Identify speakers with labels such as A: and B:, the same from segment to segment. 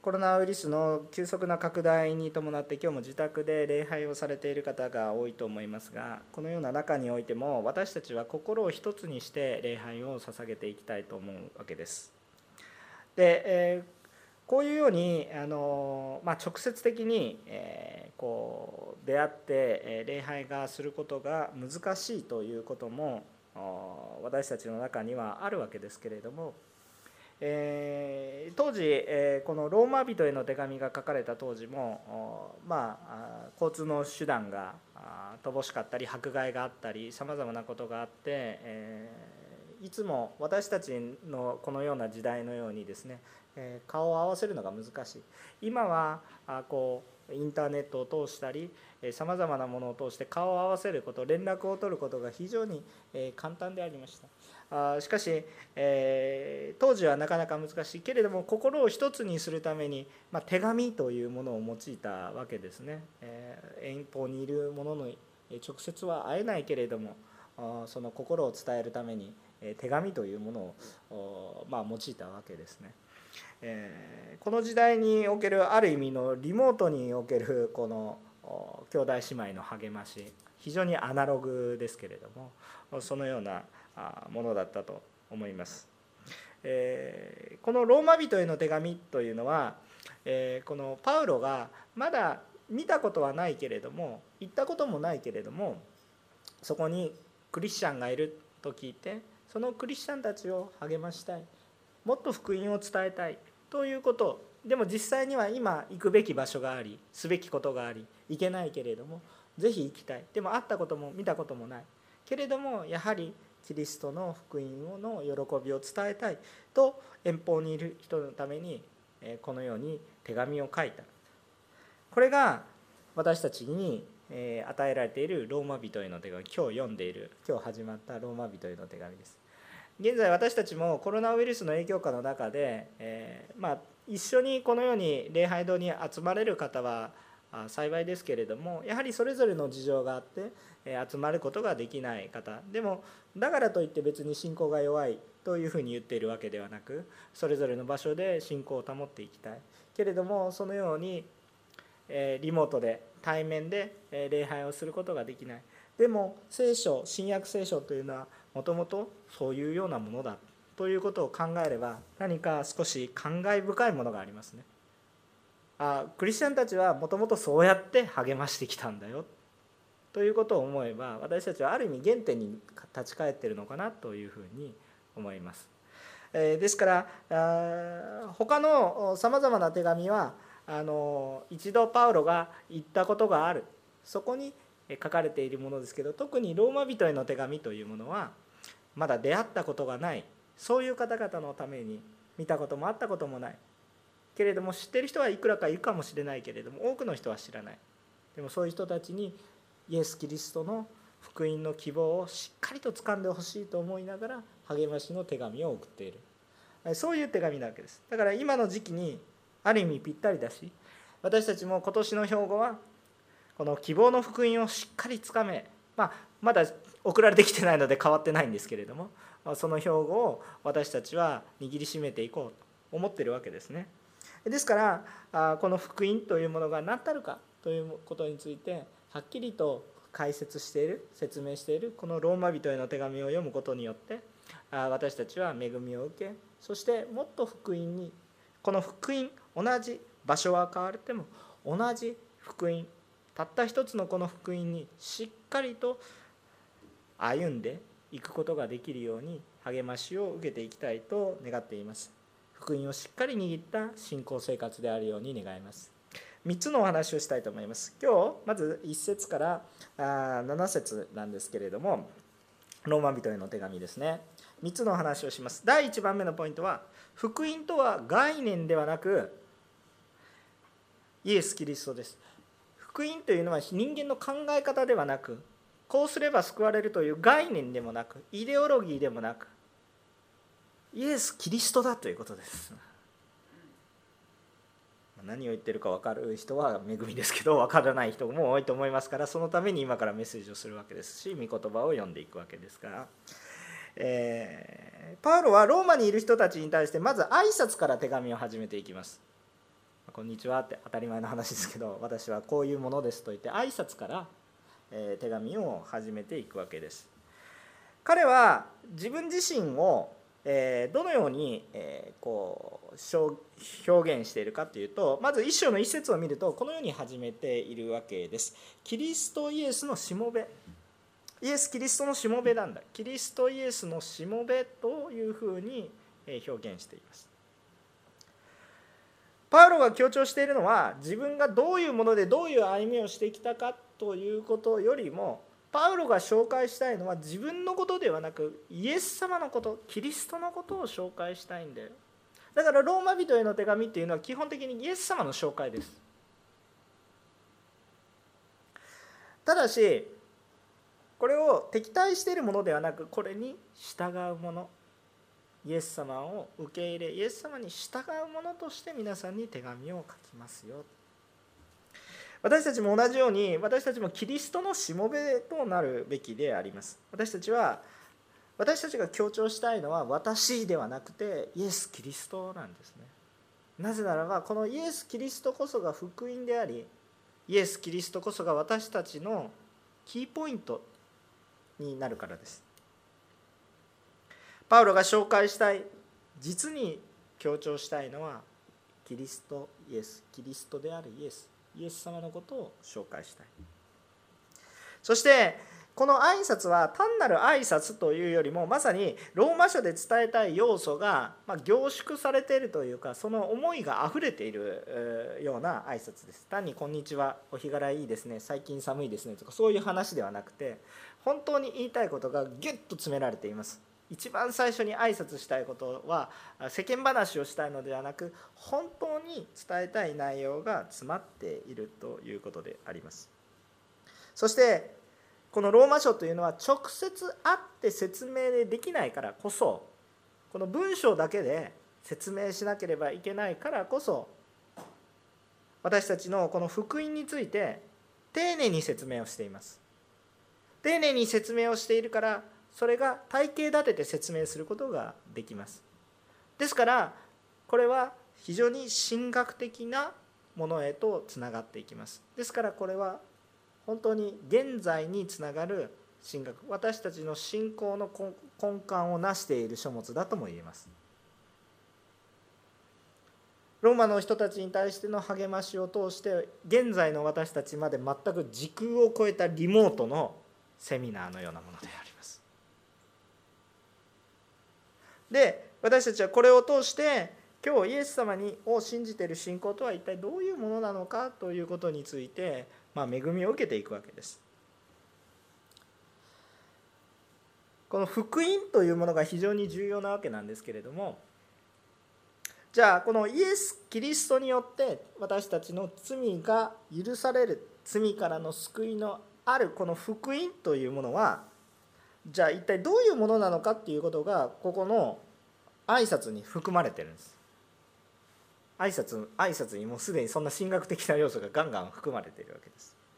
A: コロナウイルスの急速な拡大に伴って今日も自宅で礼拝をされている方が多いと思いますが、このような中においても私たちは心を一つにして礼拝を捧げていきたいと思うわけです。で、こういうように直接的に出会って礼拝がすることが難しいということも私たちの中にはあるわけですけれども、当時このローマ人への手紙が書かれた当時も交通の手段が乏しかったり迫害があったりさまざまなことがあって、いつも私たちのこのような時代のようにですね、顔を合わせるのが難しい。今はインターネットを通したりさまざまなものを通して顔を合わせること、連絡を取ることが非常に簡単でありました。しかし、当時はなかなか難しいけれども、心を一つにするために、手紙というものを用いたわけですね。遠方にいる者の直接は会えないけれども、その心を伝えるために手紙というものを用いたわけですね。この時代におけるある意味のリモートにおけるこの兄弟姉妹の励まし、非常にアナログですけれども、そのようなものだったと思います。このローマ人への手紙というのは、このパウロがまだ見たことはないけれども、行ったこともないけれども、そこにクリスチャンがいると聞いて、そのクリスチャンたちを励ましたい、もっと福音を伝えたいということ。でも実際には今行くべき場所があり、すべきことがあり、行けないけれどもぜひ行きたい。でも会ったことも見たこともないけれども、やはりキリストの福音の喜びを伝えたいと遠方にいる人のためにこのように手紙を書いた。これが私たちに与えられているローマ人への手紙、今日読んでいる、今日始まったローマ人への手紙です。現在私たちもコロナウイルスの影響下の中で、一緒にこのように礼拝堂に集まれる方は幸いですけれども、やはりそれぞれの事情があって集まることができない方でも、だからといって別に信仰が弱いというふうに言っているわけではなく、それぞれの場所で信仰を保っていきたいけれども、そのようにリモートで対面で礼拝をすることができない。でも聖書、新約聖書というのはもともとそういうようなものだということを考えれば、何か少し感慨深いものがありますね。クリスチャンたちはもともとそうやって励ましてきたんだよということを思えば、私たちはある意味原点に立ち返っているのかなというふうに思います。ですから他のさまざまな手紙は一度パウロが行ったことがある、そこに書かれているものですけど、特にローマ人への手紙というものはまだ出会ったことがない、そういう方々のために、見たこともあったこともないけれども知っている人はいくらかいるかもしれないけれども、多くの人は知らない。でもそういう人たちにイエス・キリストの福音の希望をしっかりと掴んでほしいと思いながら励ましの手紙を送っている、そういう手紙なわけです。だから今の時期にある意味ぴったりだし、私たちも今年の標語はこの希望の福音をしっかりつかめ、まだ送られてきてないので変わってないんですけれども、その標語を私たちは握りしめていこうと思っているわけですね。ですからこの福音というものが何たるかということについてはっきりと解説している、説明しているこのローマ人への手紙を読むことによって、私たちは恵みを受け、そしてもっと福音に、この福音、同じ場所は変わっても同じ福音、たった一つのこの福音にしっかりと歩んでいくことができるように励ましを受けていきたいと願っています。福音をしっかり握った信仰生活であるように願います。3つのお話をしたいと思います。今日まず1節から7節なんですけれども、ローマ人への手紙ですね。3つのお話をします。第1番目のポイントは、福音とは概念ではなくイエス・キリストです。福音というのは人間の考え方ではなく、こうすれば救われるという概念でもなく、イデオロギーでもなく、イエス・キリストだということです。何を言ってるか分かる人は恵みですけど、分からない人も多いと思いますから、そのために今からメッセージをするわけですし、御言葉を読んでいくわけですが、パウロはローマにいる人たちに対してまず挨拶から手紙を始めていきます。 こんにちはって当たり前の話ですけど、私はこういうものですと言って挨拶から手紙を始めていくわけです。彼は自分自身をどのように表現しているかというと、まず一章の一節を見るとこのように始めているわけです。キリストイエスのしもべ、イエス・キリストのしもべなんだ、キリストイエスのしもべというふうに表現しています。パウロが強調しているのは、自分がどういうものでどういう歩みをしてきたかということよりも、パウロが紹介したいのは自分のことではなく、イエス様のこと、キリストのことを紹介したいんだよ。だからローマ人への手紙っていうのは基本的にイエス様の紹介です。ただしこれを敵対しているものではなく、これに従うもの、イエス様を受け入れ、イエス様に従うものとして皆さんに手紙を書きますよ。私たちも同じように、私たちもキリストのしもべとなるべきであります。私たちが強調したいのは私ではなくてイエス・キリストなんですね。なぜならばこのイエス・キリストこそが福音であり、イエス・キリストこそが私たちのキーポイントになるからです。パウロが紹介したい、実に強調したいのはキリスト、イエス、キリストであるイエス様のことを紹介したい。そしてこの挨拶は単なる挨拶というよりも、まさにローマ書で伝えたい要素が凝縮されているというか、その思いがあふれているような挨拶です。単にこんにちは、お日柄いいですね、最近寒いですねとか、そういう話ではなくて、本当に言いたいことがギュッと詰められています。一番最初に挨拶したいことは世間話をしたいのではなく、本当に伝えたい内容が詰まっているということであります。そしてこのローマ書というのは直接会って説明できないからこそ、この文章だけで説明しなければいけないからこそ、私たちのこの福音について丁寧に説明をしています。丁寧に説明をしているから、それが体系立てて説明することができます。ですからこれは非常に神学的なものへとつながっていきます。ですからこれは本当に現在につながる神学、私たちの信仰の根幹を成している書物だとも言えます。ローマの人たちに対しての励ましを通して、現在の私たちまで全く時空を超えたリモートのセミナーのようなものであります。で、私たちはこれを通して今日イエス様を信じている信仰とは一体どういうものなのかということについて、恵みを受けていくわけです。この福音というものが非常に重要なわけなんですけれども、じゃあこのイエス・キリストによって私たちの罪が許される、罪からの救いのあるこの福音というものは、じゃあ一体どういうものなのかっていうことがここの挨拶に含まれてるんです。挨拶にもうすでにそんな神学的な要素がガンガン含まれているわけです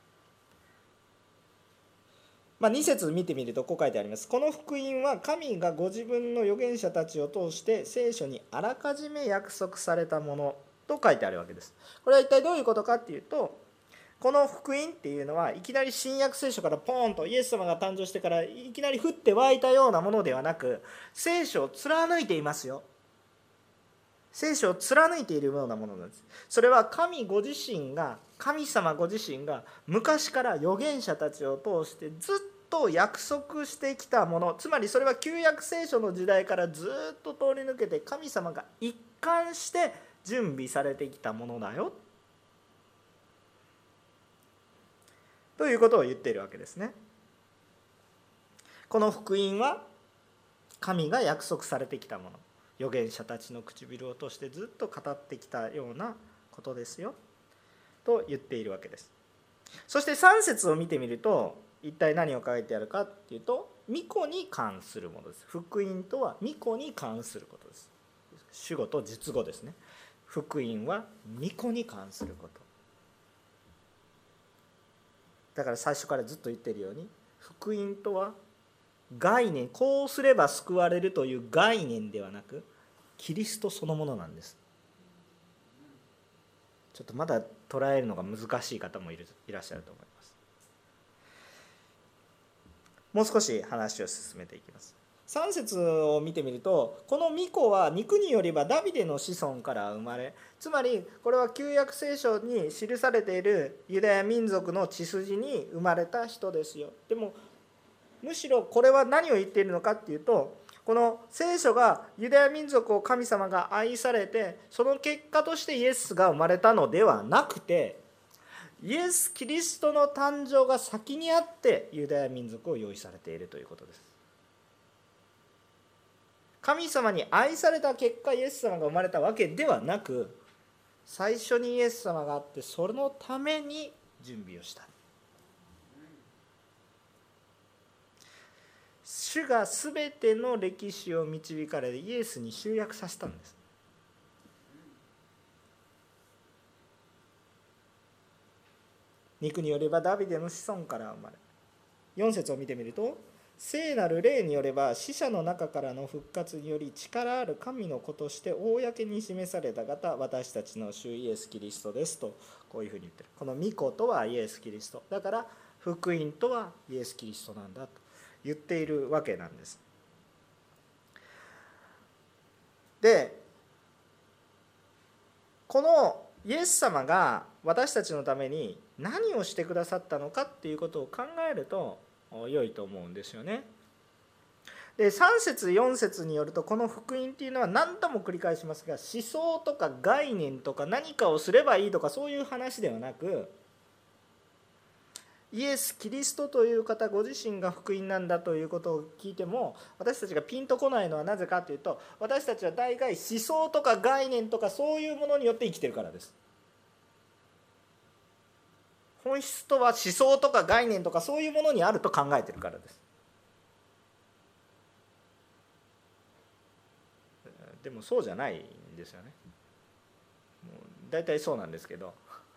A: 。2節見てみるとこう書いてあります。この福音は神がご自分の預言者たちを通して聖書にあらかじめ約束されたものと書いてあるわけです。これは一体どういうことかっていうと、この福音っていうのはいきなり新約聖書からポーンとイエス様が誕生してからいきなり降って湧いたようなものではなく、聖書を貫いていますよ。聖書を貫いているようなものなんです。それは神様ご自身が昔から預言者たちを通してずっと約束してきたもの、つまりそれは旧約聖書の時代からずっと通り抜けて神様が一貫して準備されてきたものだよということを言っているわけですね。この福音は神が約束されてきたもの、預言者たちの唇を通してずっと語ってきたようなことですよと言っているわけです。そして3節を見てみると一体何を書いてあるかっていうと、御子に関するものです。福音とは御子に関することです。主語と述語ですね。福音は御子に関すること。だから最初からずっと言っているように、福音とは概念、こうすれば救われるという概念ではなく、キリストそのものなんです。 ちょっとまだ捉えるのが難しい方もいらっしゃると思います。もう少し話を進めていきます。3節を見てみると、この御子は肉によればダビデの子孫から生まれ、つまりこれは旧約聖書に記されているユダヤ民族の血筋に生まれた人ですよ。でもむしろこれは何を言っているのかっていうと、この聖書がユダヤ民族を神様が愛されて、その結果としてイエスが生まれたのではなくて、イエス・キリストの誕生が先にあってユダヤ民族を用意されているということです。神様に愛された結果イエス様が生まれたわけではなく、最初にイエス様があってそのために準備をした。主がすべての歴史を導かれイエスに集約させたんです。肉によればダビデの子孫から生まれ、4節を見てみると、聖なる霊によれば死者の中からの復活により力ある神の子として公に示された方、私たちの主イエス・キリストですと、こういうふうに言ってる。この御子とはイエス・キリストだから、福音とはイエス・キリストなんだと言っているわけなんです。で、このイエス様が私たちのために何をしてくださったのかっていうことを考えると良いと思うんですよね。で、3節4節によると、この福音っていうのは何度も繰り返しますが、思想とか概念とか何かをすればいいとかそういう話ではなく、イエス・キリストという方ご自身が福音なんだということを聞いても、私たちがピンとこないのはなぜかというと、私たちは大概思想とか概念とかそういうものによって生きてるからです。本質とは思想とか概念とかそういうものにあると考えてるからです。でもそうじゃないんですよね。もう大体そうなんですけど、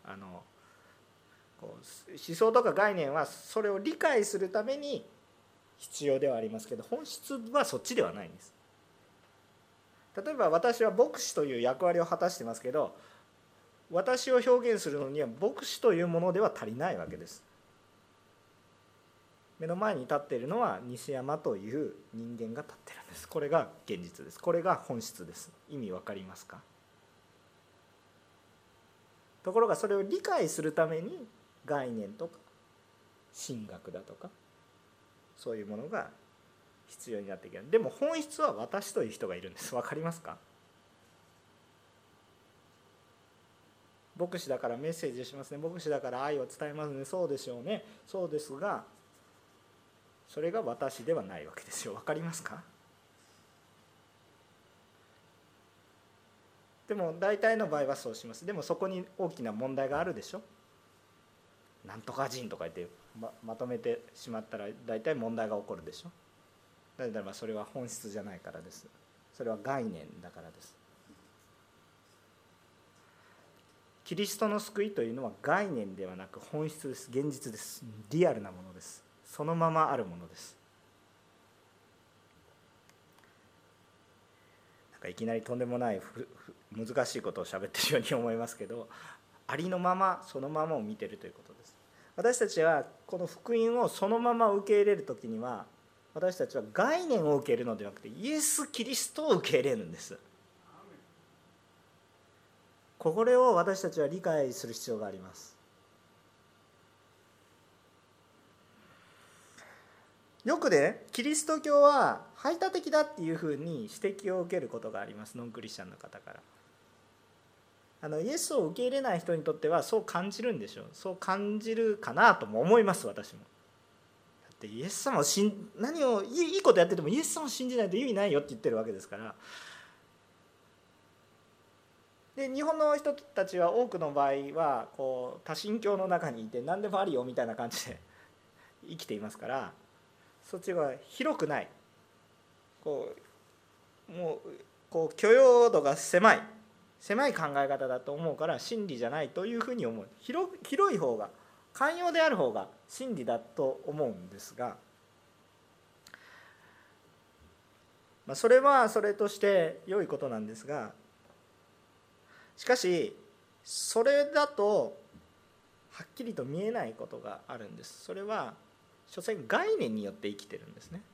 A: 思想とか概念はそれを理解するために必要ではありますけど、本質はそっちではないんです。例えば私は牧師という役割を果たしてますけど、私を表現するのには牧師というものでは足りないわけです。目の前に立っているのは西山という人間が立っているんです。これが現実です。これが本質です。意味わかりますか？ところがそれを理解するために概念とか神学だとかそういうものが必要になってきる。でも本質は私という人がいるんです。わかりますか？牧師だからメッセージをしますね、牧師だから愛を伝えますね、そうでしょうね、そうですが、それが私ではないわけですよ。わかりますか？でも大体の場合はそうします。でもそこに大きな問題があるでしょ。なんとか人とか言って まとめてしまったら大体問題が起こるでしょ。だからそれは本質じゃないからです。それは概念だからです。キリストの救いというのは概念ではなく本質です。現実です。リアルなものです。そのままあるものです。なんかいきなりとんでもない難しいことを喋ってるように思いますけど、ありのままそのままを見ているということです。私たちはこの福音をそのまま受け入れるときには、私たちは概念を受け入れるのではなくてイエス・キリストを受け入れるんです。これを私たちは理解する必要があります。よくね、キリスト教は排他的だっていうふうに指摘を受けることがあります。ノンクリスチャンの方から。イエスを受け入れない人にとってはそう感じるんでしょう。そう感じるかなとも思います。私もだってイエス様を何をいいことやっててもイエス様を信じないと意味ないよって言ってるわけですから。で、日本の人たちは多くの場合はこう多神教の中にいて何でもありよみたいな感じで生きていますから、そっちは広くない、もう許容度が狭い考え方だと思うから真理じゃないというふうに思う。広い方が、寛容である方が真理だと思うんですが、それはそれとして良いことなんですが、しかしそれだとはっきりと見えないことがあるんです。それは所詮概念によって生きてるんですね。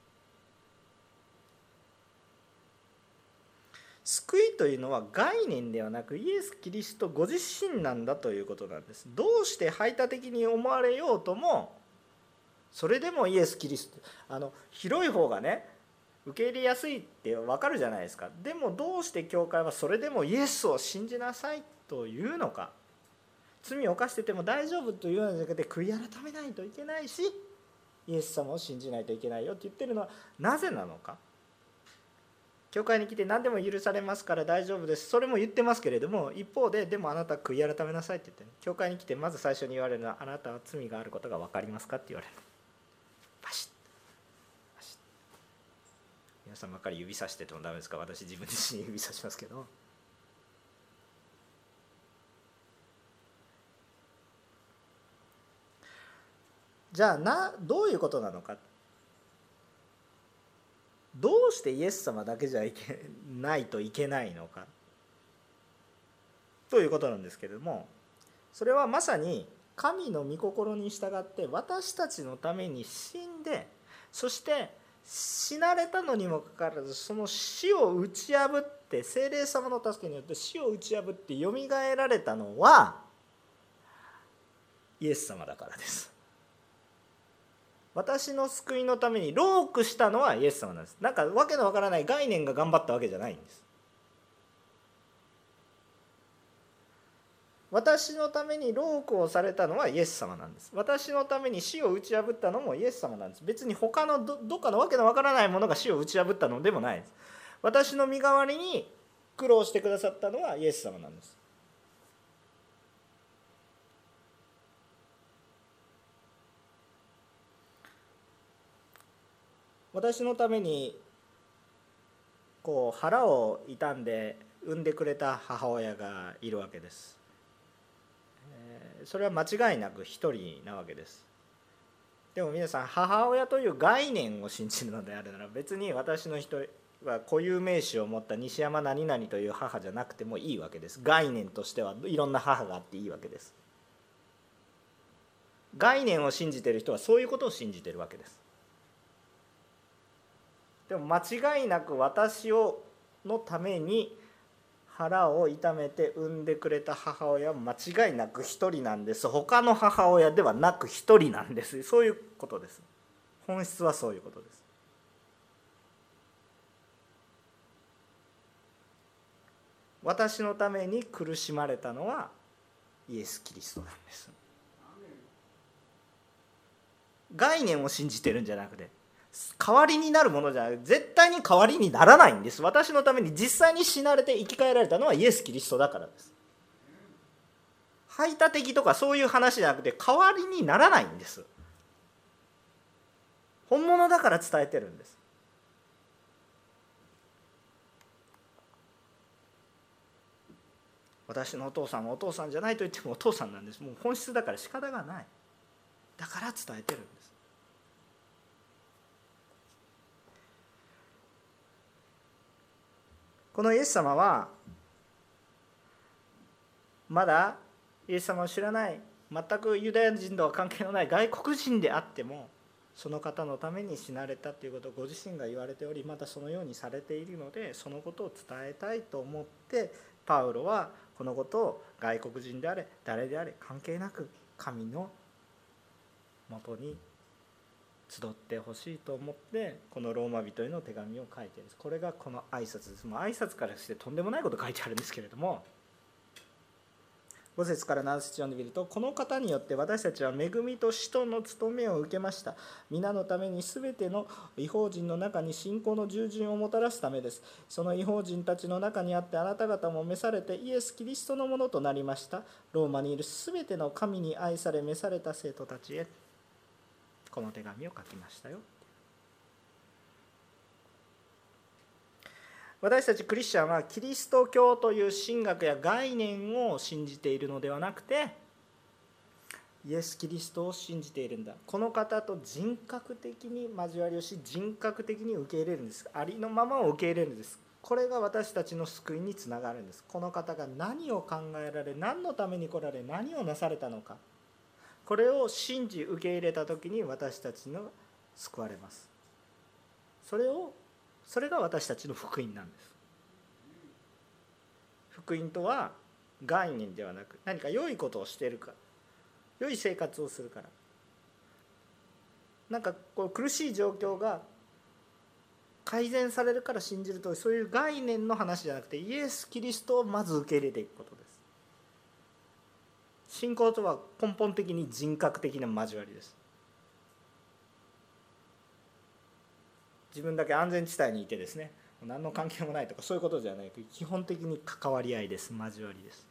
A: 救いというのは概念ではなくイエス・キリストご自身なんだということなんです。どうして排他的に思われようともそれでもイエス・キリスト、広い方がね受け入れやすいって分かるじゃないですか。でもどうして教会はそれでもイエスを信じなさいというのか。罪を犯してても大丈夫というのじゃなくて悔い改めないといけないしイエス様を信じないといけないよって言ってるのはなぜなのか。教会に来て何でも許されますから大丈夫です、それも言ってますけれども、一方ででもあなたは悔い改めなさいって言って、教会に来てまず最初に言われるのはあなたは罪があることが分かりますかって言われる。バシッバシッ。皆さんばっかり指さしててもダメですか。私自分自身に指さしますけど、じゃあどういうことなのか。どうしてイエス様だけじゃいけないといけないのかということなんですけれども、それはまさに神の御心に従って私たちのために死んで、そして死なれたのにもかかわらずその死を打ち破って聖霊様の助けによって死を打ち破ってよみがえられたのはイエス様だからです。私の救いのために労苦したのはイエス様なんです。なんかわけのわからない概念が頑張ったわけじゃないんです。私のために労苦をされたのはイエス様なんです。私のために死を打ち破ったのもイエス様なんです。別に他のどっかのわけのわからないものが死を打ち破ったのでもないです。私の身代わりに苦労してくださったのはイエス様なんです。私のために腹を痛んで産んでくれた母親がいるわけです。それは間違いなく一人なわけです。でも皆さん、母親という概念を信じるのであるなら、別に私の人は固有名詞を持った西山何々という母じゃなくてもいいわけです。概念としてはいろんな母があっていいわけです。概念を信じている人はそういうことを信じているわけです。でも間違いなく私のために腹を痛めて産んでくれた母親は間違いなく一人なんです。他の母親ではなく一人なんです。そういうことです。本質はそういうことです。私のために苦しまれたのはイエス・キリストなんです。概念を信じてるんじゃなくて代わりになるものじゃない、絶対に代わりにならないんです。私のために実際に死なれて生き返られたのはイエス・キリストだからです。排他的とかそういう話じゃなくて代わりにならないんです。本物だから伝えてるんです。私のお父さんはお父さんじゃないと言ってもお父さんなんです。もう本質だから仕方がない。だから伝えてるんです。このイエス様はまだイエス様を知らない、全くユダヤ人とは関係のない外国人であってもその方のために死なれたということをご自身が言われており、またそのようにされているので、そのことを伝えたいと思ってパウロはこのことを外国人であれ誰であれ関係なく神のもとに集ってほしいと思ってこのローマ人への手紙を書いているんです。これがこの挨拶です。もう挨拶からしてとんでもないこと書いてあるんですけれども、5節から7節読んでみると、この方によって私たちは恵みと使徒の務めを受けました。皆のためにすべての異邦人の中に信仰の従順をもたらすためです。その異邦人たちの中にあってあなた方も召されてイエス・キリストのものとなりました。ローマにいるすべての神に愛され召された生徒たちへこの手紙を書きましたよ。私たちクリスチャンはキリスト教という神学や概念を信じているのではなくてイエス・キリストを信じているんだ。この方と人格的に交わりをし人格的に受け入れるんです。ありのままを受け入れるんです。 これが私たちの救いにつながるんです。この方が何を考えられ、何のために来られ、何をなされたのか、これを信じ受け入れた時に私たちの救われます。それが私たちの福音なんです。福音とは概念ではなく、何か良いことをしているか、良い生活をするから、なんかこう苦しい状況が改善されるから信じると、そういう概念の話じゃなくて、イエス・キリストをまず受け入れていくことです。信仰とは根本的に人格的な交わりです。自分だけ安全地帯にいてですね、何の関係もないとかそういうことじゃない、基本的に関わり合いです。交わりです。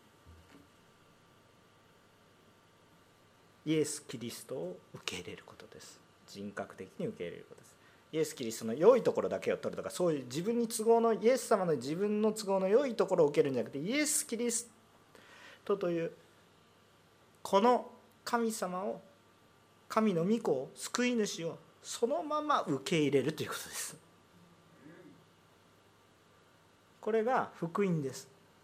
A: イエス・キリストを受け入れることです。人格的に受け入れることです。イエス・キリストの良いところだけを取るとか、そういう自分に都合の、イエス様の自分の都合の良いところを受けるんじゃなくて、イエス・キリストというこの神様を、神の御子を、救い主をそのまま受け入れるということです。これが福音です。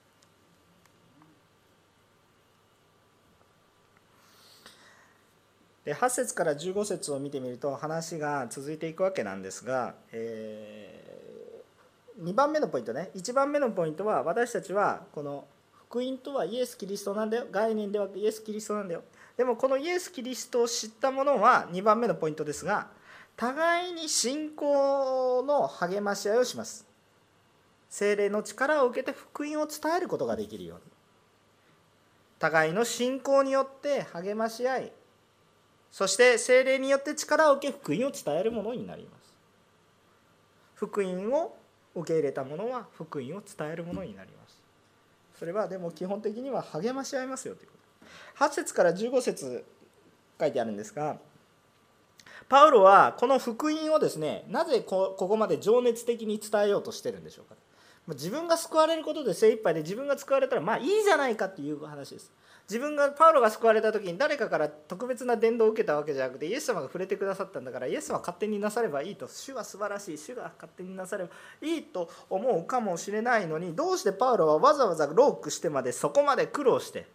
A: で8節から15節を見てみると話が続いていくわけなんですが、2番目のポイントね、1番目のポイントは、私たちはこの福音とはイエス・キリストなんだよ、概念ではイエス・キリストなんだよ。でもこのイエス・キリストを知った者は2番目のポイントですが、互いに信仰の励まし合いをします。聖霊の力を受けて福音を伝えることができるように、互いの信仰によって励まし合い、そして聖霊によって力を受け福音を伝えるものになります。福音を受け入れた者は福音を伝えるものになります。それはでも基本的には励まし合いますよということ。8節から15節書いてあるんですが、パウロはこの福音をですね、なぜここまで情熱的に伝えようとしてるんでしょうか。自分が救われることで精一杯で、自分が救われたらまあいいじゃないかっていう話です。パウロが救われた時に誰かから特別な伝道を受けたわけじゃなくて、イエス様が触れてくださったんだから、イエス様は勝手になさればいいと、主は素晴らしい、主が勝手になさればいいと思うかもしれないのに、どうしてパウロはわざわざロークしてまでそこまで苦労して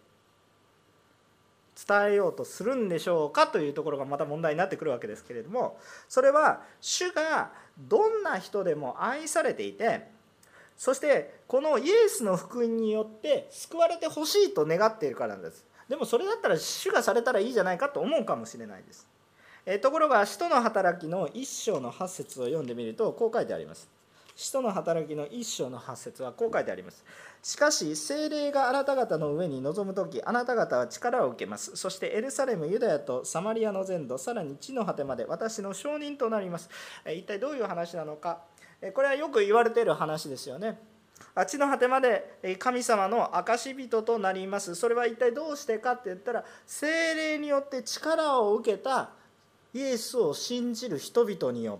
A: 伝えようとするんでしょうかというところがまた問題になってくるわけですけれども、それは主がどんな人でも愛されていて、そしてこのイエスの福音によって救われてほしいと願っているからなんです。でもそれだったら主がされたらいいじゃないかと思うかもしれないです。ところが使徒の働きの1章の8節を読んでみるとこう書いてあります。使徒の働きの1章の8節はこう書いてあります。しかし聖霊があなた方の上に臨むとき、あなた方は力を受けます。そしてエルサレム、ユダヤとサマリアの全土、さらに地の果てまで私の証人となります。一体どういう話なのか。これはよく言われている話ですよね。地の果てまで神様の証人となります。それは一体どうしてかって言ったら、聖霊によって力を受けたイエスを信じる人々によって、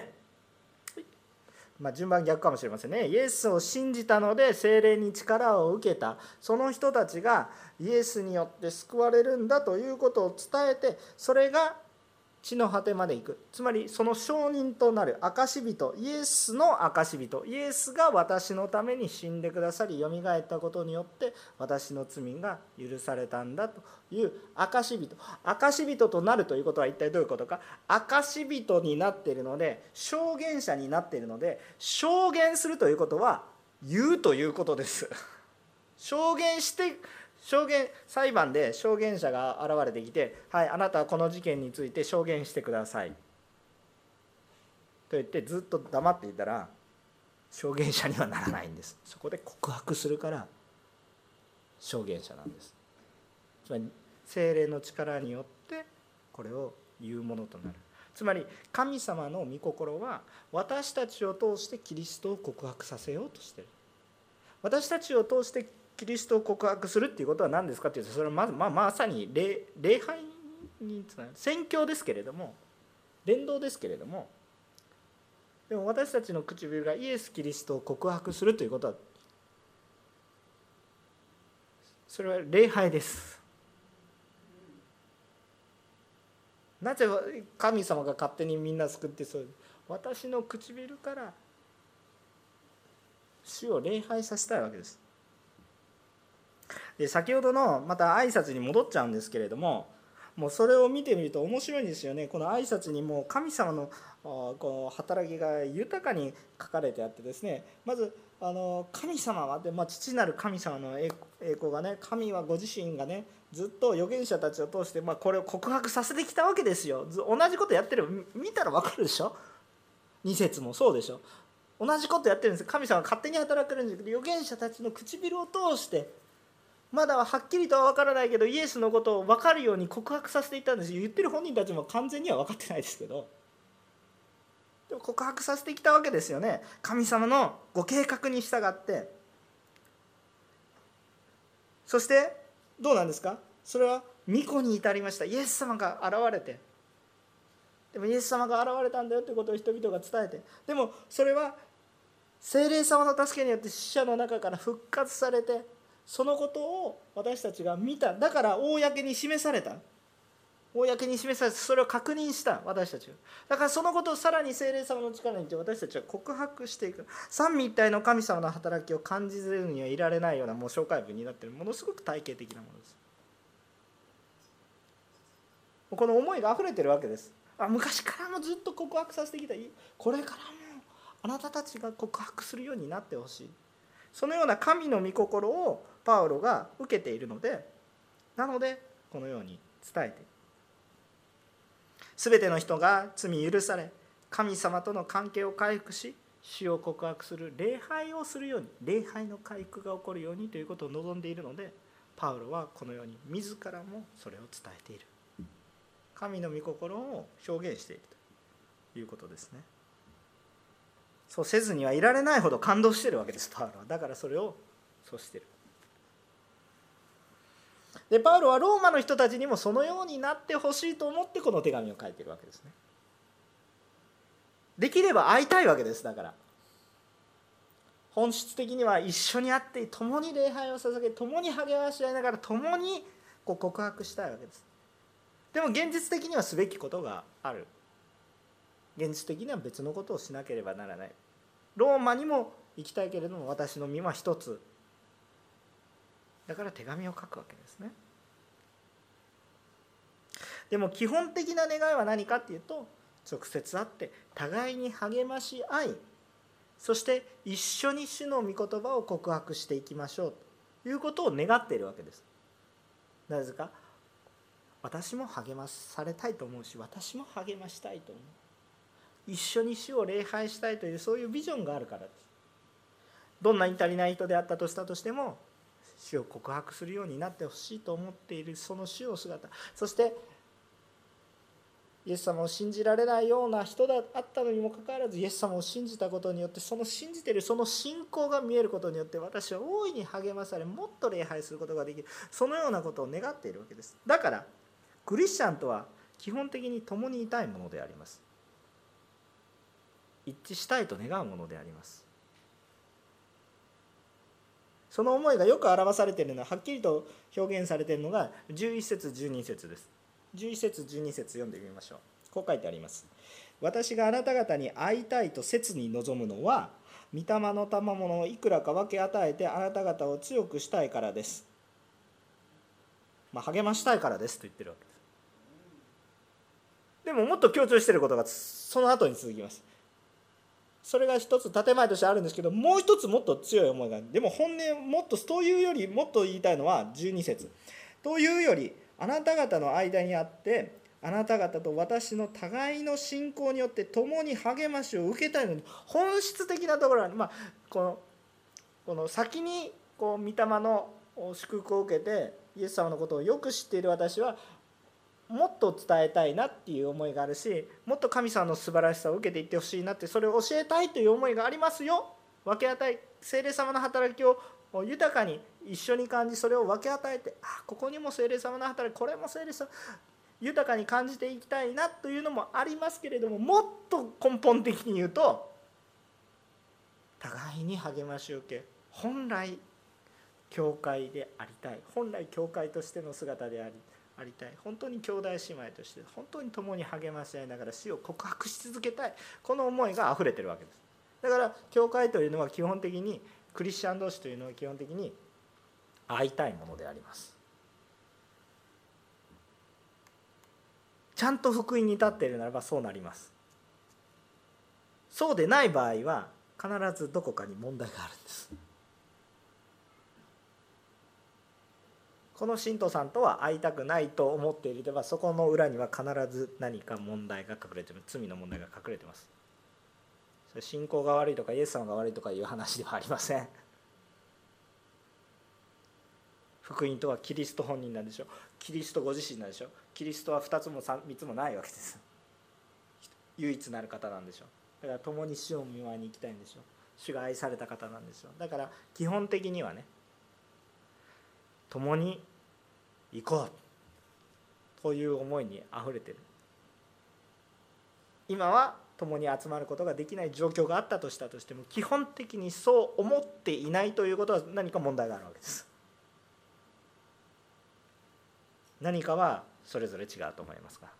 A: 順番逆かもしれませんね。イエスを信じたので聖霊に力を受けたその人たちがイエスによって救われるんだということを伝えて、それが地の果てまで行く、つまりその証人となる証人、イエスの証人、イエスが私のために死んでくださりよみがえったことによって私の罪が許されたんだという証人となるということは一体どういうことか。証人になっているので、証言者になっているので、証言するということは言うということです。裁判で証言者が現れてきて、はい、あなたはこの事件について証言してくださいと言ってずっと黙っていたら証言者にはならないんです。そこで告白するから証言者なんです。つまり聖霊の力によってこれを言うものとなる。つまり神様の御心は私たちを通してキリストを告白させようとしている。私たちを通してキリストを告白するっていうことは何ですかっていうと、それはまさに礼拝につながる宣教ですけれども、伝道ですけれども、でも私たちの唇がイエス・キリストを告白するということは、それは礼拝です。なぜ神様が勝手にみんな救って、そう私の唇から主を礼拝させたいわけです。で先ほどのまた挨拶に戻っちゃうんですけれども、もうそれを見てみると面白いんですよね。この挨拶にも神様のこう働きが豊かに書かれてあってですね、まず神様はで、父なる神様の栄光がね、神はご自身がねずっと預言者たちを通して、これを告白させてきたわけですよ。同じことやってる、見たら分かるでしょ。2節もそうでしょ。同じことやってるんです。神様は勝手に働くんですけど、預言者たちの唇を通してまだはっきりとは分からないけどイエスのことを分かるように告白させていったんですよ。言ってる本人たちも完全には分かってないですけど、でも告白させてきたわけですよね。神様のご計画に従って。そしてどうなんですか。それは御子に至りました。イエス様が現れて、でもイエス様が現れたんだよということを人々が伝えて、でもそれは聖霊様の助けによって死者の中から復活されて、そのことを私たちが見た。だから公に示された。公に示されて、それを確認した私たちが。だからそのことをさらに聖霊様の力によって私たちは告白していく。三位一体の神様の働きを感じずにはいられないようなもう紹介文になっている、ものすごく体系的なものです。この思いがあふれてるわけです。昔からもずっと告白させてきた。これからもあなたたちが告白するようになってほしい。そのような神の御心をパウロが受けているので、なのでこのように伝えている。すべての人が罪許され、神様との関係を回復し、主を告白する礼拝をするように、礼拝の回復が起こるようにということを望んでいるので、パウロはこのように自らもそれを伝えている。神の御心を表現しているということですね。そうせずにはいられないほど感動しているわけです、パウロは。だからそれをそうしている。でパウロはローマの人たちにもそのようになってほしいと思ってこの手紙を書いているわけですね。できれば会いたいわけです。だから本質的には一緒に会って共に礼拝を捧げ、共に励まし合いながら共に告白したいわけです。でも現実的にはすべきことがある。現実的には別のことをしなければならない。ローマにも行きたいけれども私の身は一つだから手紙を書くわけですね。でも基本的な願いは何かっていうと、直接会って互いに励まし合い、そして一緒に主の御言葉を告白していきましょうということを願っているわけです。なぜか、私も励まされたいと思うし、私も励ましたいと思う。一緒に主を礼拝したいというそういうビジョンがあるからです。どんなに足りない人であったとしたとしても主を告白するようになってほしいと思っているその主の姿、そしてイエス様を信じられないような人だったのにもかかわらずイエス様を信じたことによって、その信じているその信仰が見えることによって私は大いに励まされ、もっと礼拝することができる、そのようなことを願っているわけです。だからクリスチャンとは基本的に共にいたいものであります。一致したいと願うものであります。その思いがよく表されているのは、はっきりと表現されているのが11節12節です。11節12節読んでみましょう。こう書いてあります。私があなた方に会いたいと切に望むのは、御霊の賜物をいくらか分け与えてあなた方を強くしたいからです。励ましたいからですと言ってるわけです。でももっと強調していることがその後に続きます。それが一つ建前としてあるんですけど、もう一つもっと強い思いがある。でも本音もっとというよりもっと言いたいのは12節というより、あなた方の間にあってあなた方と私の互いの信仰によって共に励ましを受けたいのに、本質的なところは、この先に御霊の祝福を受けてイエス様のことをよく知っている私はもっと伝えたいなっていう思いがあるし、もっと神様の素晴らしさを受けていってほしいなって、それを教えたいという思いがありますよ。分け与え、聖霊様の働きを豊かに一緒に感じ、それを分け与えて、ここにも聖霊様の働き、これも聖霊様豊かに感じていきたいなというのもありますけれども、もっと根本的に言うと、互いに励ましを受け、本来教会でありたい、本来教会としての姿でありたい、本当に兄弟姉妹として本当に共に励まし合いながら死を告白し続けたい、この思いがあふれてるわけです。だから教会というのは基本的にクリスチャン同士というのは基本的に会いたいものであります。ちゃんと福音に立っているならばそうなります。そうでない場合は必ずどこかに問題があるんです。この信徒さんとは会いたくないと思っていれば、そこの裏には必ず何か問題が隠れている、罪の問題が隠れています。それ信仰が悪いとかイエス様が悪いとかいう話ではありません。福音とはキリスト本人なんでしょう。キリストご自身なんでしょう。キリストは2つも 3つもないわけです。唯一なる方なんでしょう。だから共に主を見舞いに行きたいんでしょう。主が愛された方なんでしょう。だから基本的にはね、共に行こうという思いにあふれている。今は共に集まることができない状況があったとしたとしても、基本的にそう思っていないということは何か問題があるわけです。何かはそれぞれ違うと思いますが、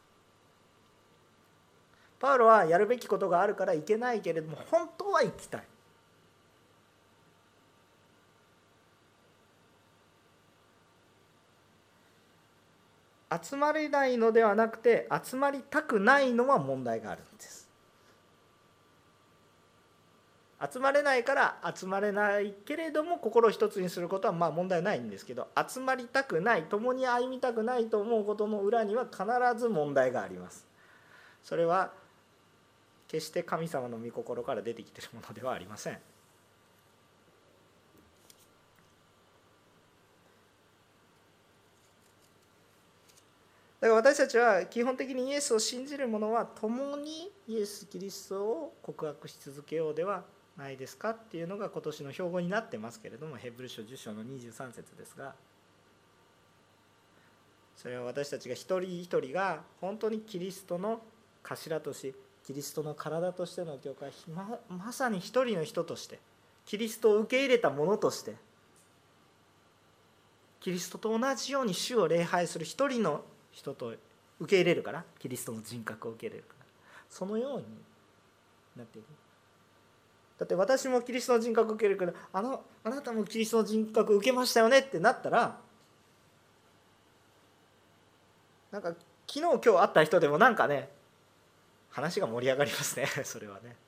A: パウロはやるべきことがあるから行けないけれども、本当は行きたい。集まれないのではなくて、集まりたくないのは問題があるんです。集まれないから集まれないけれども心を一つにすることは問題ないんですけど、集まりたくない、共に歩みたくないと思うことの裏には必ず問題があります。それは決して神様の御心から出てきているものではありません。だから私たちは基本的にイエスを信じる者は共にイエス・キリストを告白し続けようではないですかっていうのが今年の標語になってますけれども、ヘブル書10章の23節ですが、それは私たちが一人一人が本当にキリストの頭とし、キリストの体としての教会、まさに一人の人として、キリストを受け入れた者として、キリストと同じように主を礼拝する一人の人と受け入れるから、キリストの人格を受け入れるから、そのようになっている。だって私もキリストの人格を受けるけど、あなたもキリストの人格を受けましたよねってなったら、なんか昨日今日会った人でもなんかね、話が盛り上がりますねそれはね。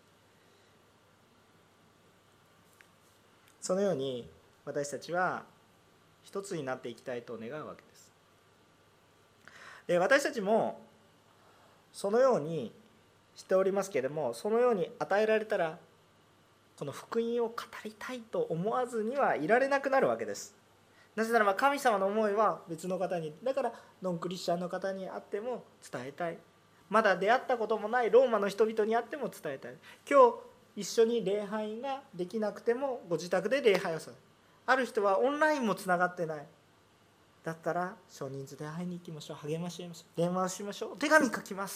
A: そのように私たちは一つになっていきたいと願うわけです。で、私たちもそのようにしておりますけれども、そのように与えられたらこの福音を語りたいと思わずにはいられなくなるわけです。なぜならば神様の思いは別の方に、だからノンクリスチャンの方に会っても伝えたい、まだ出会ったこともないローマの人々に会っても伝えたい、今日一緒に礼拝ができなくてもご自宅で礼拝をする、ある人はオンラインもつながってない、だったら少人数で会いに行きましょう、励まし合いましょう、電話をしましょう、手紙書きます。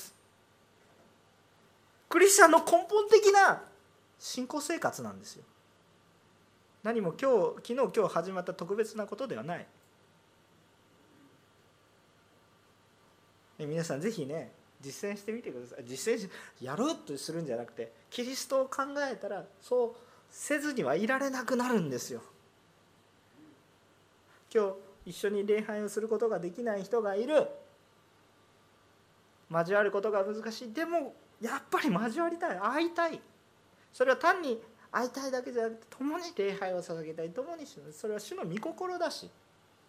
A: クリスチャンの根本的な信仰生活なんですよ。何も昨日今日始まった特別なことではない。皆さんぜひね、実践してみてください。実践しやろうとするんじゃなくて、キリストを考えたらそうせずにはいられなくなるんですよ。今日一緒に礼拝をすることができない人がいる、交わることが難しい、でもやっぱり交わりたい、会いたい、それは単に会いたいだけじゃなくて共に礼拝を捧げたい、共にそれは主の御心だし、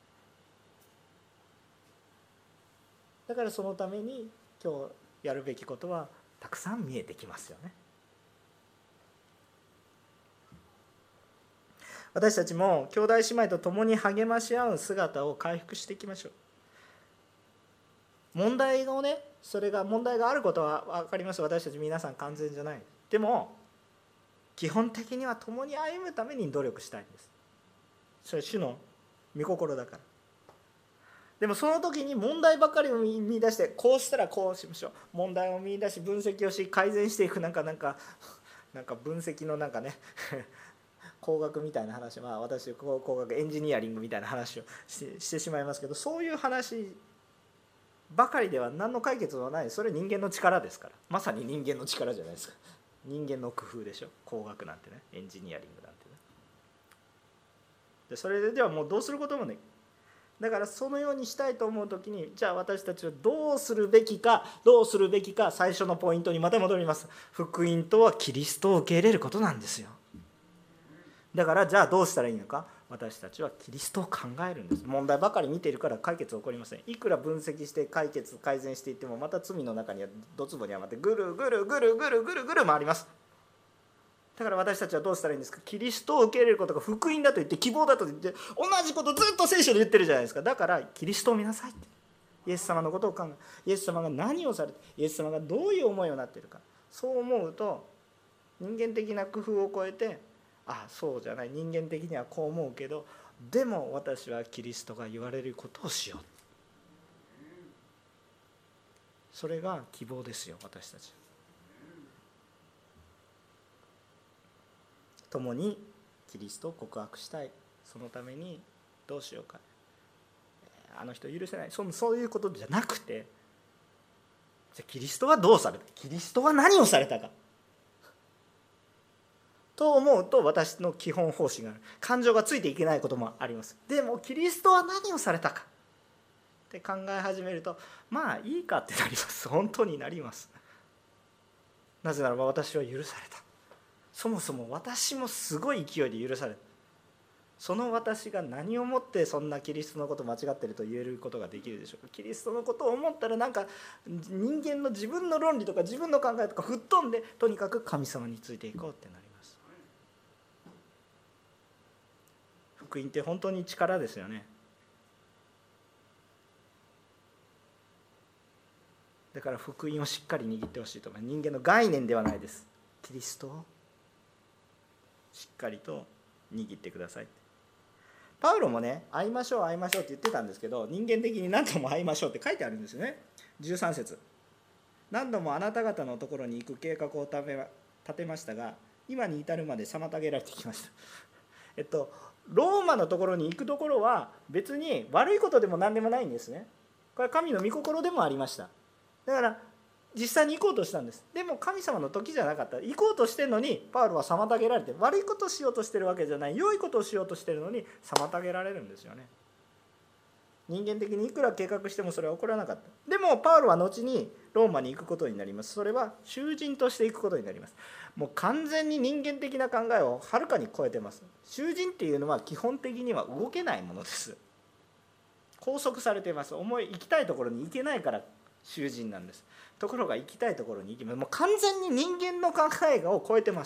A: だからそのために今日やるべきことはたくさん見えてきますよね。私たちも兄弟姉妹と共に励まし合う姿を回復していきましょう。問題をね、それが問題があることは分かります。私たち皆さん完全じゃない。でも基本的には共に歩むために努力したいんです。それは主の御心だから。でもその時に問題ばかりを見出して、こうしたらこうしましょう、問題を見出し分析をし改善していく、なんか分析のなんかね工学みたいな話、私工学エンジニアリングみたいな話をしてしまいますけど、そういう話ばかりでは何の解決はない。それ人間の力ですから、まさに人間の力じゃないですか。人間の工夫でしょ、工学なんてね、エンジニアリングなんてね。 でそれではもうどうすることもない。だからそのようにしたいと思う時に、じゃあ私たちはどうするべきか最初のポイントにまた戻ります。福音とはキリストを受け入れることなんですよ。だからじゃあどうしたらいいのか、私たちはキリストを考えるんです。問題ばかり見ているから解決起こりません。いくら分析して改善していっても、また罪の中にはドツボにはまってぐるぐるぐるぐるぐるぐる回ります。だから私たちはどうしたらいいんですか。キリストを受け入れることが福音だと言って、希望だと言って、同じことずっと聖書で言ってるじゃないですか。だからキリストを見なさいって、イエス様のことを考え、イエス様が何をされて、イエス様がどういう思いをなっているか、そう思うと人間的な工夫を超えて、ああそうじゃない、人間的にはこう思うけど、でも私はキリストが言われることをしよう、それが希望ですよ。私たち共にキリストを告白したい。そのためにどうしようか、あの人許せない、そういうことじゃなくて、じゃあキリストはどうされた、キリストは何をされたかと思うと、私の基本方針がある。感情がついていけないこともあります。でもキリストは何をされたかって考え始めると、まあいいかってなります。本当になります。なぜならば私は許された。そもそも私もすごい勢いで許された。その私が何をもってそんなキリストのこと間違ってると言えることができるでしょうか。キリストのことを思ったら、なんか人間の自分の論理とか自分の考えとか吹っ飛んで、とにかく神様についていこうってなります。福音って本当に力ですよね。だから福音をしっかり握ってほしいと思います。人間の概念ではないです。キリストをしっかりと握ってください。パウロもね、会いましょうって言ってたんですけど、人間的に何度も会いましょうって書いてあるんですよね。13節、何度もあなた方のところに行く計画を立てましたが、今に至るまで妨げられてきました。ローマのところに行くところは別に悪いことでも何でもないんですね。これは神の御心でもありました。だから実際に行こうとしたんです。でも神様の時じゃなかった。行こうとしてるのにパウロは妨げられて、悪いことをしようとしてるわけじゃない、良いことをしようとしてるのに妨げられるんですよね。人間的にいくら計画してもそれは起こらなかった。でもパウロは後にローマに行くことになります。それは囚人として行くことになります。もう完全に人間的な考えをはるかに超えてます。囚人っていうのは基本的には動けないものです。拘束されています。行きたいところに行けないから囚人なんです。ところが行きたいところに行きます。もう完全に人間の考えを超えてます。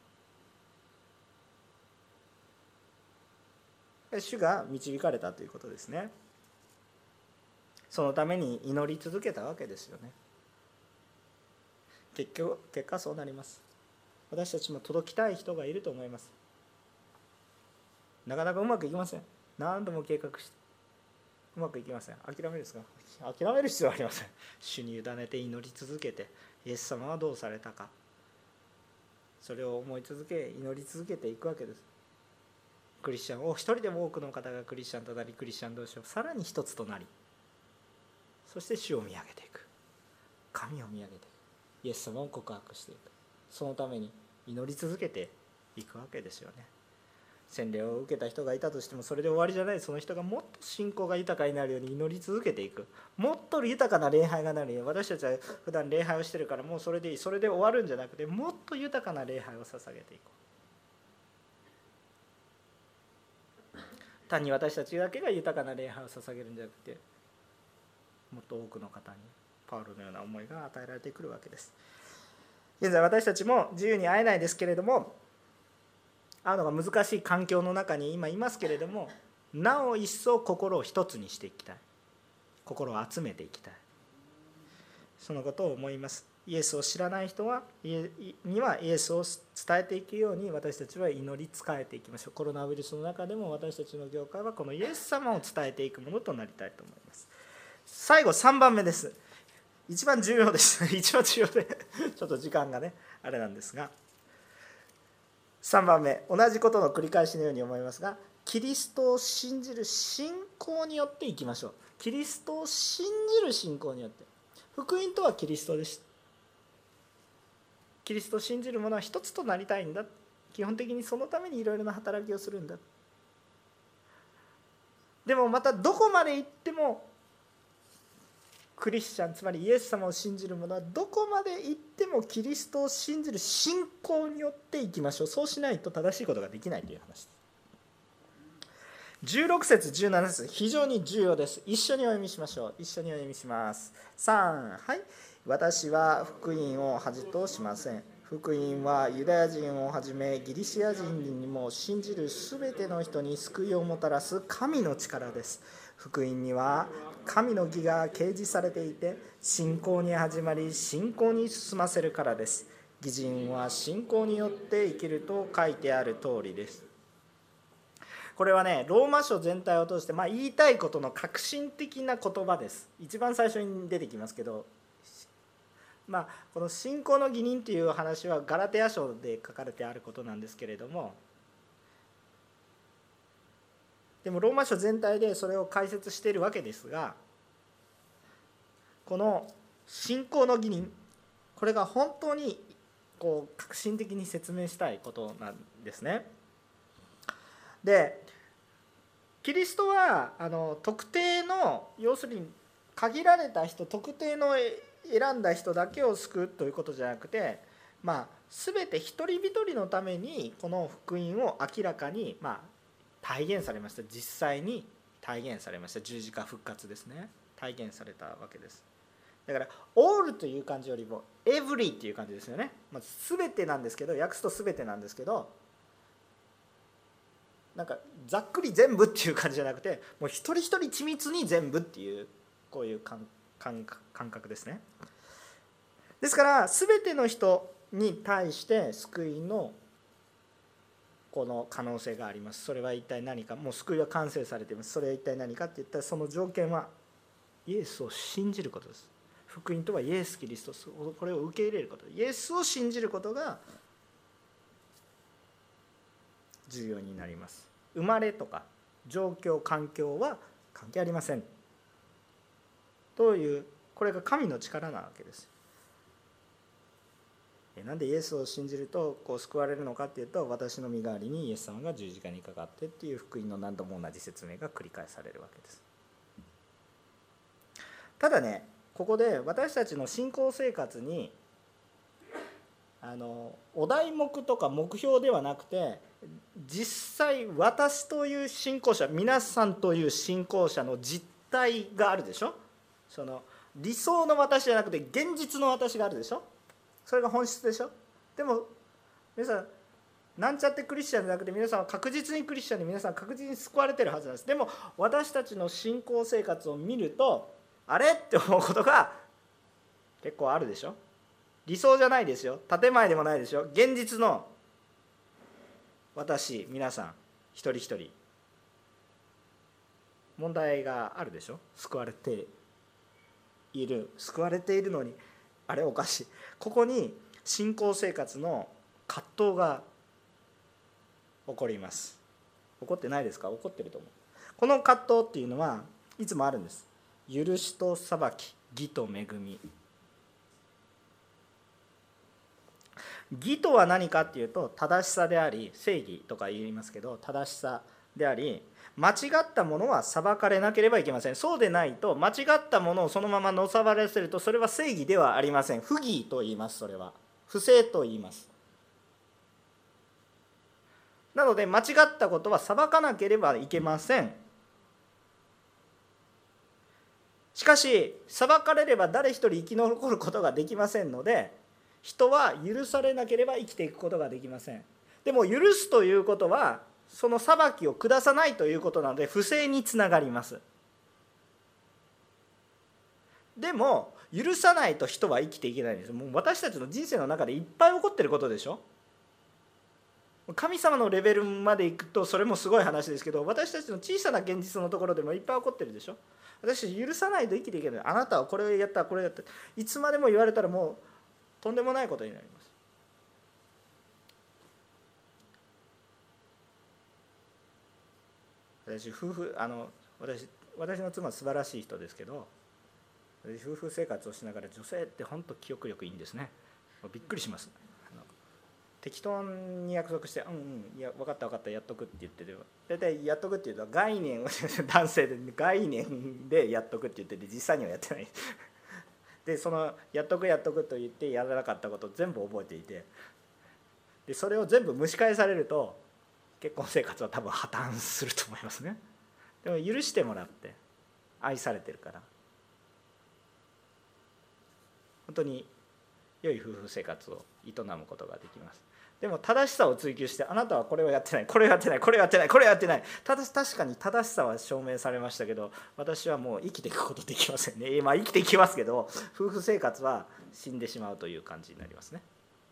A: 主が導かれたということですね。そのために祈り続けたわけですよね。結果そうなります。私たちも届きたい人がいると思います。なかなかうまくいきません。何度も計画してうまくいきません。諦めるですか？諦める必要はありません。主に委ねて祈り続けて、イエス様はどうされたか、それを思い続け、祈り続けていくわけです。クリスチャンを一人でも多くの方がクリスチャンとなり、クリスチャン同士をさらに一つとなり、そして主を見上げていく、神を見上げていく、イエス様を告白していく。そのために祈り続けていくわけですよね。洗礼を受けた人がいたとしてもそれで終わりじゃない。その人がもっと信仰が豊かになるように祈り続けていく。もっと豊かな礼拝がなるように、私たちは普段礼拝をしてるからもうそれでいい、それで終わるんじゃなくて、もっと豊かな礼拝を捧げていこう。単に私たちだけが豊かな礼拝を捧げるんじゃなくて、もっと多くの方にパウロのような思いが与えられてくるわけです。現在私たちも自由に会えないですけれども、会うのが難しい環境の中に今いますけれども、なお一層心を一つにしていきたい、心を集めていきたい、そのことを思います。イエスを知らない人にはイエスを伝えていくように私たちは祈り仕えていきましょう。コロナウイルスの中でも私たちの教会はこのイエス様を伝えていくものとなりたいと思います。最後3番目です。一番重要です一番重要でちょっと時間がねあれなんですが、3番目、同じことの繰り返しのように思いますが、キリストを信じる信仰によっていきましょう。キリストを信じる信仰によって。福音とはキリストです。キリストを信じる者は一つとなりたいんだ。基本的にそのためにいろいろな働きをするんだ。 でもまたどこまで行ってもクリスチャン、つまりイエス様を信じる者はどこまで行ってもキリストを信じる信仰によっていきましょう。そうしないと正しいことができないという話です。16節17節非常に重要です。一緒にお読みしましょう。一緒にお読みします。3、はい。私は福音を恥としません。福音はユダヤ人をはじめギリシア人にも信じるすべての人に救いをもたらす神の力です。福音には神の義が掲示されていて、信仰に始まり信仰に進ませるからです。義人は信仰によって生きると書いてある通りです。これはね、ローマ書全体を通して、言いたいことの革新的な言葉です。一番最初に出てきますけど、この信仰の義人という話はガラテヤ書で書かれてあることなんですけれども、でもローマ書全体でそれを解説しているわけですが、この信仰の義人、これが本当に革新的に説明したいことなんですね。で、キリストは特定の、要するに限られた人、特定の選んだ人だけを救うということじゃなくて、全て一人一人のためにこの福音を明らかに体現されました。実際に体現されました。十字架復活ですね。体現されたわけです。だから all という漢字よりも every っていう感じですよね。全てなんですけど、訳すと全てなんですけど、ざっくり全部っていう感じじゃなくて、もう一人一人緻密に全部っていう、こういう感覚ですね。ですから全ての人に対して救いのこの可能性があります。それは一体何か。もう救いは完成されています。それは一体何かっていったら、その条件はイエスを信じることです。福音とはイエス・キリスト、これを受け入れること、イエスを信じることが重要になります。生まれとか状況、環境は関係ありませんという、これが神の力なわけです。なんでイエスを信じると救われるのかっていうと、私の身代わりにイエス様が十字架にかかってっていう福音の何度も同じ説明が繰り返されるわけです。ただね、ここで私たちの信仰生活にお題目とか目標ではなくて、実際私という信仰者、皆さんという信仰者の実態があるでしょ。その理想の私じゃなくて現実の私があるでしょ。それが本質でしょ。でも皆さんなんちゃってクリスチャンじゃなくて、皆さんは確実にクリスチャンで、皆さん確実に救われてるはずなんです。でも私たちの信仰生活を見ると、あれって思うことが結構あるでしょ。理想じゃないですよ。建前でもないでしょ。現実の私、皆さん一人一人問題があるでしょ。救われているのに、あれおかしい。ここに信仰生活の葛藤が起こります。起こってないですか。起こってると思う。この葛藤っていうのはいつもあるんです。許しと裁き、義と恵み。義とは何かっていうと、正しさであり、正義とか言いますけど、正しさであり、間違ったものは裁かれなければいけません。そうでないと、間違ったものをそのままのさばらせると、それは正義ではありません。不義と言います。それは不正と言います。なので間違ったことは裁かなければいけません。しかし裁かれれば誰一人生き残ることができませんので、人は許されなければ生きていくことができません。でも許すということはその裁きを下さないということなので、不正につながります。でも許さないと人は生きていけないんです。もう私たちの人生の中でいっぱい起こってることでしょ。神様のレベルまでいくとそれもすごい話ですけど、私たちの小さな現実のところでもいっぱい起こってるでしょ。私たち許さないと生きていけない。あなたはこれをやった、これをやった、いつまでも言われたらもうとんでもないことになります。私の妻は素晴らしい人ですけど、夫婦生活をしながら、女性って本当記憶力いいんですね。びっくりします。 適当に約束して「うんうんいや分かった分かったやっとく」って言ってて大体やっとくっていうと概念を男性で概念でやっとくって言ってて実際にはやってないでそのやっとくやっとくと言ってやらなかったことを全部覚えていてでそれを全部蒸し返されると結婚生活は多分破綻すると思いますね。でも許してもらって愛されてるから本当に良い夫婦生活を営むことができます。でも正しさを追求してあなたはこれをやってないこれをやってないこれをやってないこれをやってない確かに正しさは証明されましたけど私はもう生きていくことできませんね。まあ生きていきますけど夫婦生活は死んでしまうという感じになりますね。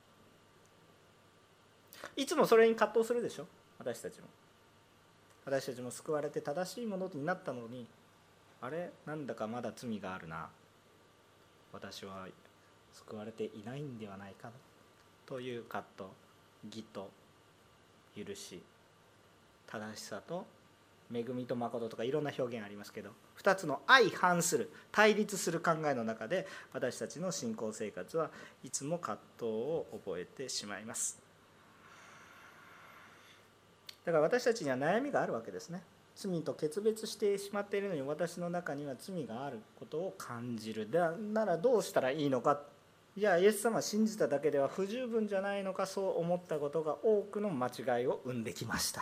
A: いつもそれに葛藤するでしょ。私たちも救われて正しいものになったのにあれなんだかまだ罪があるな私は救われていないんではないかという葛藤義と許し正しさと恵みと誠とかいろんな表現ありますけど2つの相反する対立する考えの中で私たちの信仰生活はいつも葛藤を覚えてしまいます。だから私たちには悩みがあるわけですね。罪と決別してしまっているのに私の中には罪があることを感じる。ならどうしたらいいのか。いやイエス様を信じただけでは不十分じゃないのかそう思ったことが多くの間違いを生んできました。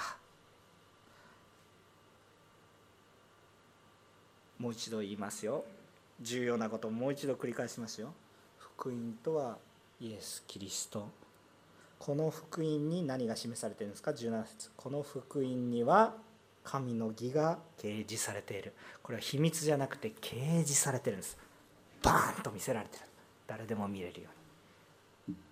A: もう一度言いますよ。重要なことをもう一度繰り返しますよ。福音とはイエス・キリスト。この福音に何が示されているんですか。17節。この福音には神の義が掲示されている。これは秘密じゃなくて掲示されているんです。バーンと見せられている。誰でも見れるように。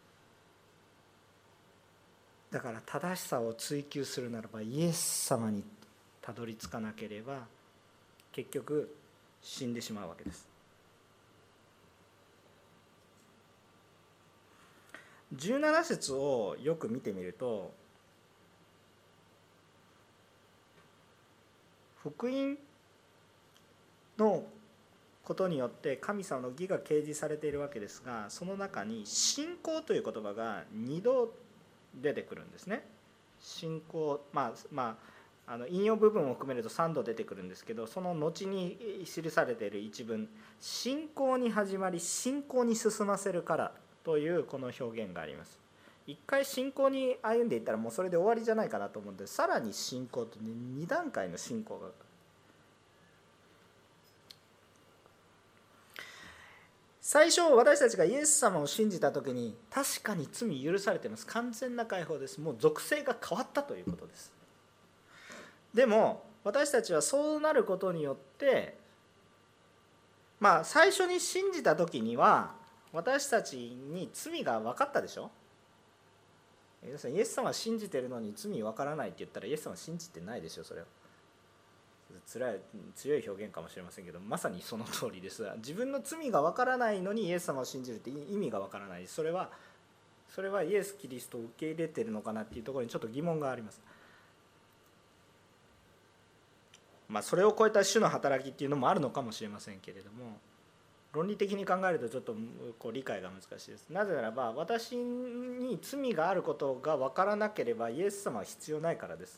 A: だから正しさを追求するならばイエス様にたどり着かなければ結局死んでしまうわけです。17節をよく見てみると福音のことによって神様の義が掲示されているわけですがその中に信仰という言葉が2度出てくるんですね。信仰引用部分を含めると3度出てくるんですけどその後に記されている一文信仰に始まり信仰に進ませるからというこの表現があります。一回信仰に歩んでいったらもうそれで終わりじゃないかなと思うんでさらに信仰と2段階の信仰が最初私たちがイエス様を信じた時に確かに罪許されています。完全な解放です。もう属性が変わったということです。でも私たちはそうなることによって最初に信じた時には私たちに罪が分かったでしょ。イエス様は信じてるのに罪分からないって言ったらイエス様は信じてないでしょ。それは強い表現かもしれませんけどまさにその通りです。自分の罪が分からないのにイエス様を信じるって意味が分からない。それはイエス・キリストを受け入れてるのかなっていうところにちょっと疑問があります。それを超えた主の働きっていうのもあるのかもしれませんけれども論理的に考えるとちょっと理解が難しいです。なぜならば私に罪があることが分からなければイエス様は必要ないからです。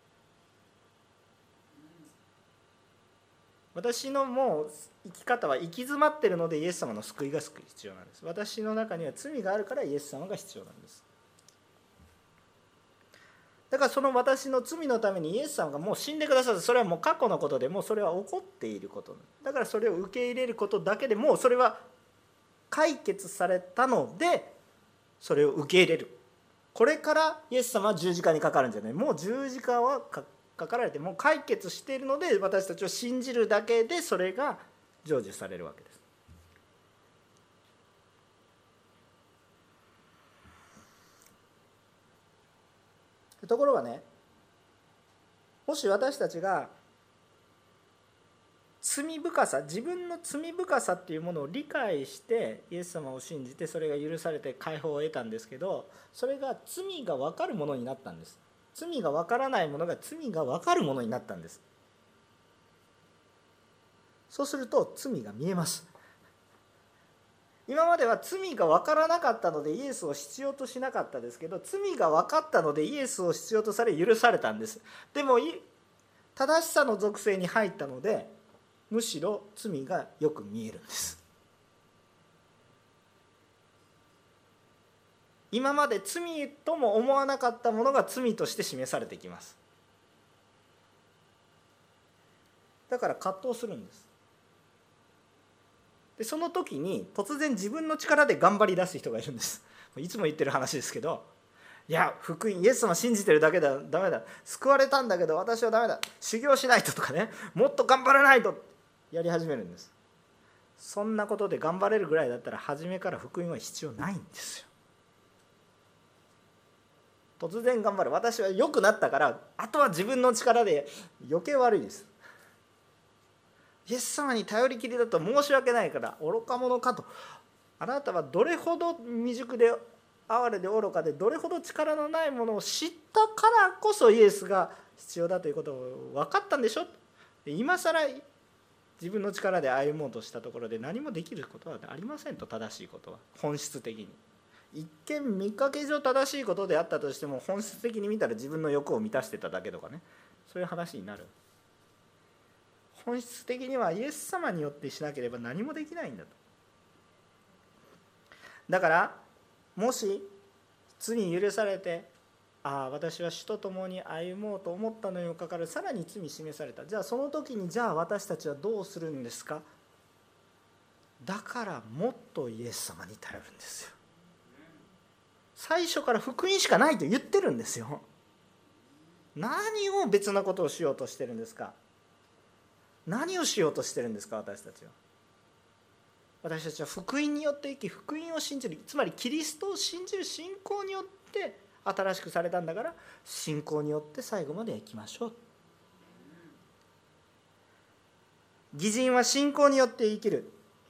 A: 私のもう生き方は行き詰まっているのでイエス様の救いが必要なんです。私の中には罪があるからイエス様が必要なんです。だからその私の罪のためにイエス様がもう死んでくださる。それはもう過去のことでもうそれは起こっていることだからそれを受け入れることだけでもうそれは解決されたのでそれを受け入れる。これからイエス様は十字架にかかるんじゃない。もう十字架はかかられてもう解決しているので私たちを信じるだけでそれが成就されるわけです。ところがねもし私たちが罪深さ自分の罪深さっていうものを理解してイエス様を信じてそれが許されて解放を得たんですけどそれが罪が分かるものになったんです。罪が分からないものが罪が分かるものになったんです。そうすると罪が見えます。 今までは罪が分からなかったのでイエスを必要としなかったですけど、罪が分かったのでイエスを必要とされ許されたんです。でも正しさの属性に入ったので、むしろ罪がよく見えるんです。今まで罪とも思わなかったものが罪として示されてきます。だから葛藤するんです。でその時に突然自分の力で頑張り出す人がいるんです。いつも言ってる話ですけど、いや福音イエス様信じてるだけだダメだ、救われたんだけど私はダメだ、修行しないととかね、もっと頑張らないとやり始めるんです。そんなことで頑張れるぐらいだったら初めから福音は必要ないんですよ。突然頑張る、私は良くなったからあとは自分の力で、余計悪いです。イエス様に頼りきりだと申し訳ないから愚か者かと。あなたはどれほど未熟で哀れで愚かで、どれほど力のないものを知ったからこそイエスが必要だということを分かったんでしょ。今更自分の力で歩もうとしたところで何もできることはありませんと。正しいことは本質的に一見見かけ上正しいことであったとしても、本質的に見たら自分の欲を満たしてただけとかね、そういう話になる。本質的にはイエス様によってしなければ何もできないんだと。だからもし罪許されて、私は主と共に歩もうと思ったのにもかかわらずさらに罪示された。じゃあその時に私たちはどうするんですか。だからもっとイエス様に頼るんですよ。最初から福音しかないと言ってるんですよ。何を別なことをしようとしてるんですか。何をしようとしてるんですか。私たちは福音によって生き、福音を信じる、つまりキリストを信じる信仰によって新しくされたんだから、信仰によって最後まで生きましょう。義人は信仰によって生きる。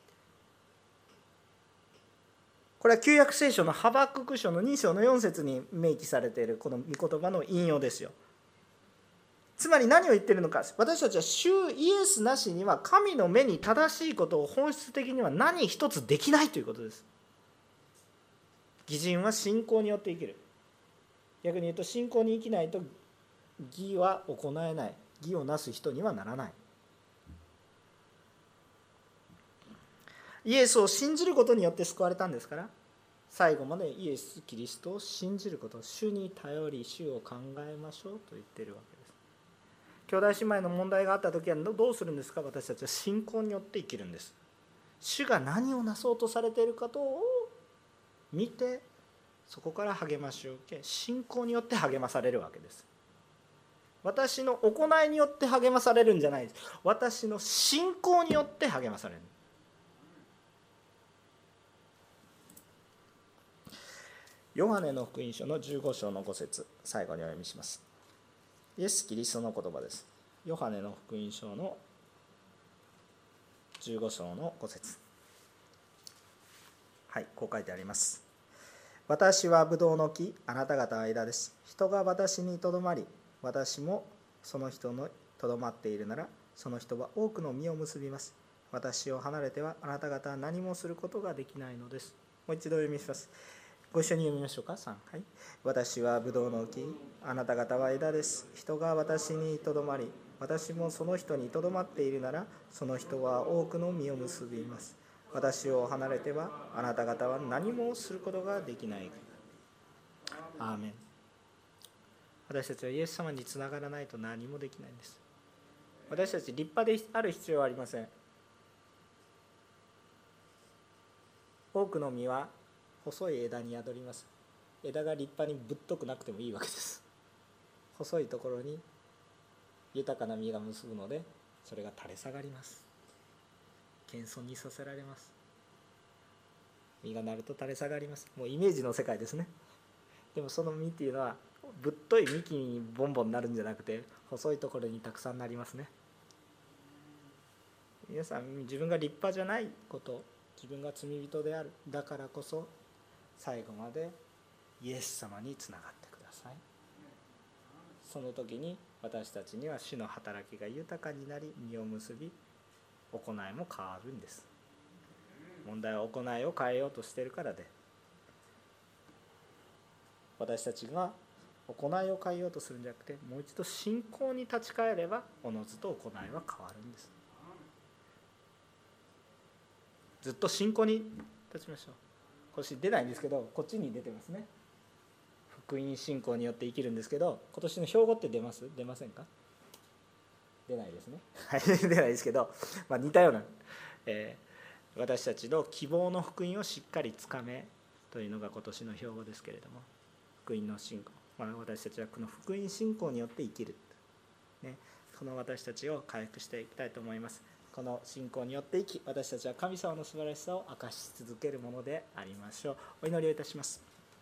A: これは旧約聖書のハバクク書の2章の4節に明記されているこの御言葉の引用ですよ。つまり何を言っているのか。私たちは主イエスなしには神の目に正しいことを本質的には何一つできないということです。義人は信仰によって生きる。逆に言うと信仰に生きないと義は行えない。義をなす人にはならない。イエスを信じることによって救われたんですから、最後までイエス・キリストを信じること、主に頼り主を考えましょうと言っているわけです。兄弟姉妹の問題があった時はどうするんですか。私たちは信仰によって生きるんです。主が何をなそうとされているかを見て、そこから励ましを受け、信仰によって励まされるわけです。私の行いによって励まされるんじゃないです。私の信仰によって励まされる。ヨハネの福音書の15章の5節、最後にお読みします。イエス・キリストの言葉です。ヨハネの福音書の15章の5節。はい、こう書いてあります。私はブドウの木、あなた方は枝です。人が私にとどまり、私もその人のとどまっているなら、その人は多くの実を結びます。私を離れてはあなた方は何もすることができないのです。もう一度読みします。ご一緒に読みましょうか。3、はい。私はブドウの木、あなた方は枝です。人が私にとどまり、私もその人にとどまっているなら、その人は多くの実を結びます。私を離れてはあなた方は何もすることができない。アーメン。私たちはイエス様につながらないと何もできないんです。私たち立派である必要はありません。多くの実は細い枝に宿ります。枝が立派にぶっとくなくてもいいわけです。細いところに豊かな実が結ぶので、それが垂れ下がります。謙遜にさせられます。実がなると垂れ下がります。もうイメージの世界ですね。でもその実っていうのはぶっとい幹にボンボンなるんじゃなくて、細いところにたくさんなりますね。皆さん、自分が立派じゃないこと、自分が罪人である、だからこそ最後までイエス様につながってください。その時に私たちには主の働きが豊かになり、実を結び、行いも変わるんです。 問題は行いを変えようとしているからで、私たちが行いを変えようとするんじゃなくて、もう一度信仰に立ち返ればおのずと行いは変わるんです。ずっと信仰に立ちましょう。これ出ないんですけど、こっちに出てますね。福音信仰によって生きるんですけど、今年の標語って出ます？出ませんか？出ないですね。出ないですけど、似たような、私たちの希望の福音をしっかりつかめというのが今年の標語ですけれども、福音の信仰、私たちはこの福音信仰によって生きる、この私たちを回復していきたいと思います。この信仰によって生き、私たちは神様の素晴らしさを明かし続けるものでありましょう。お祈りをいたします。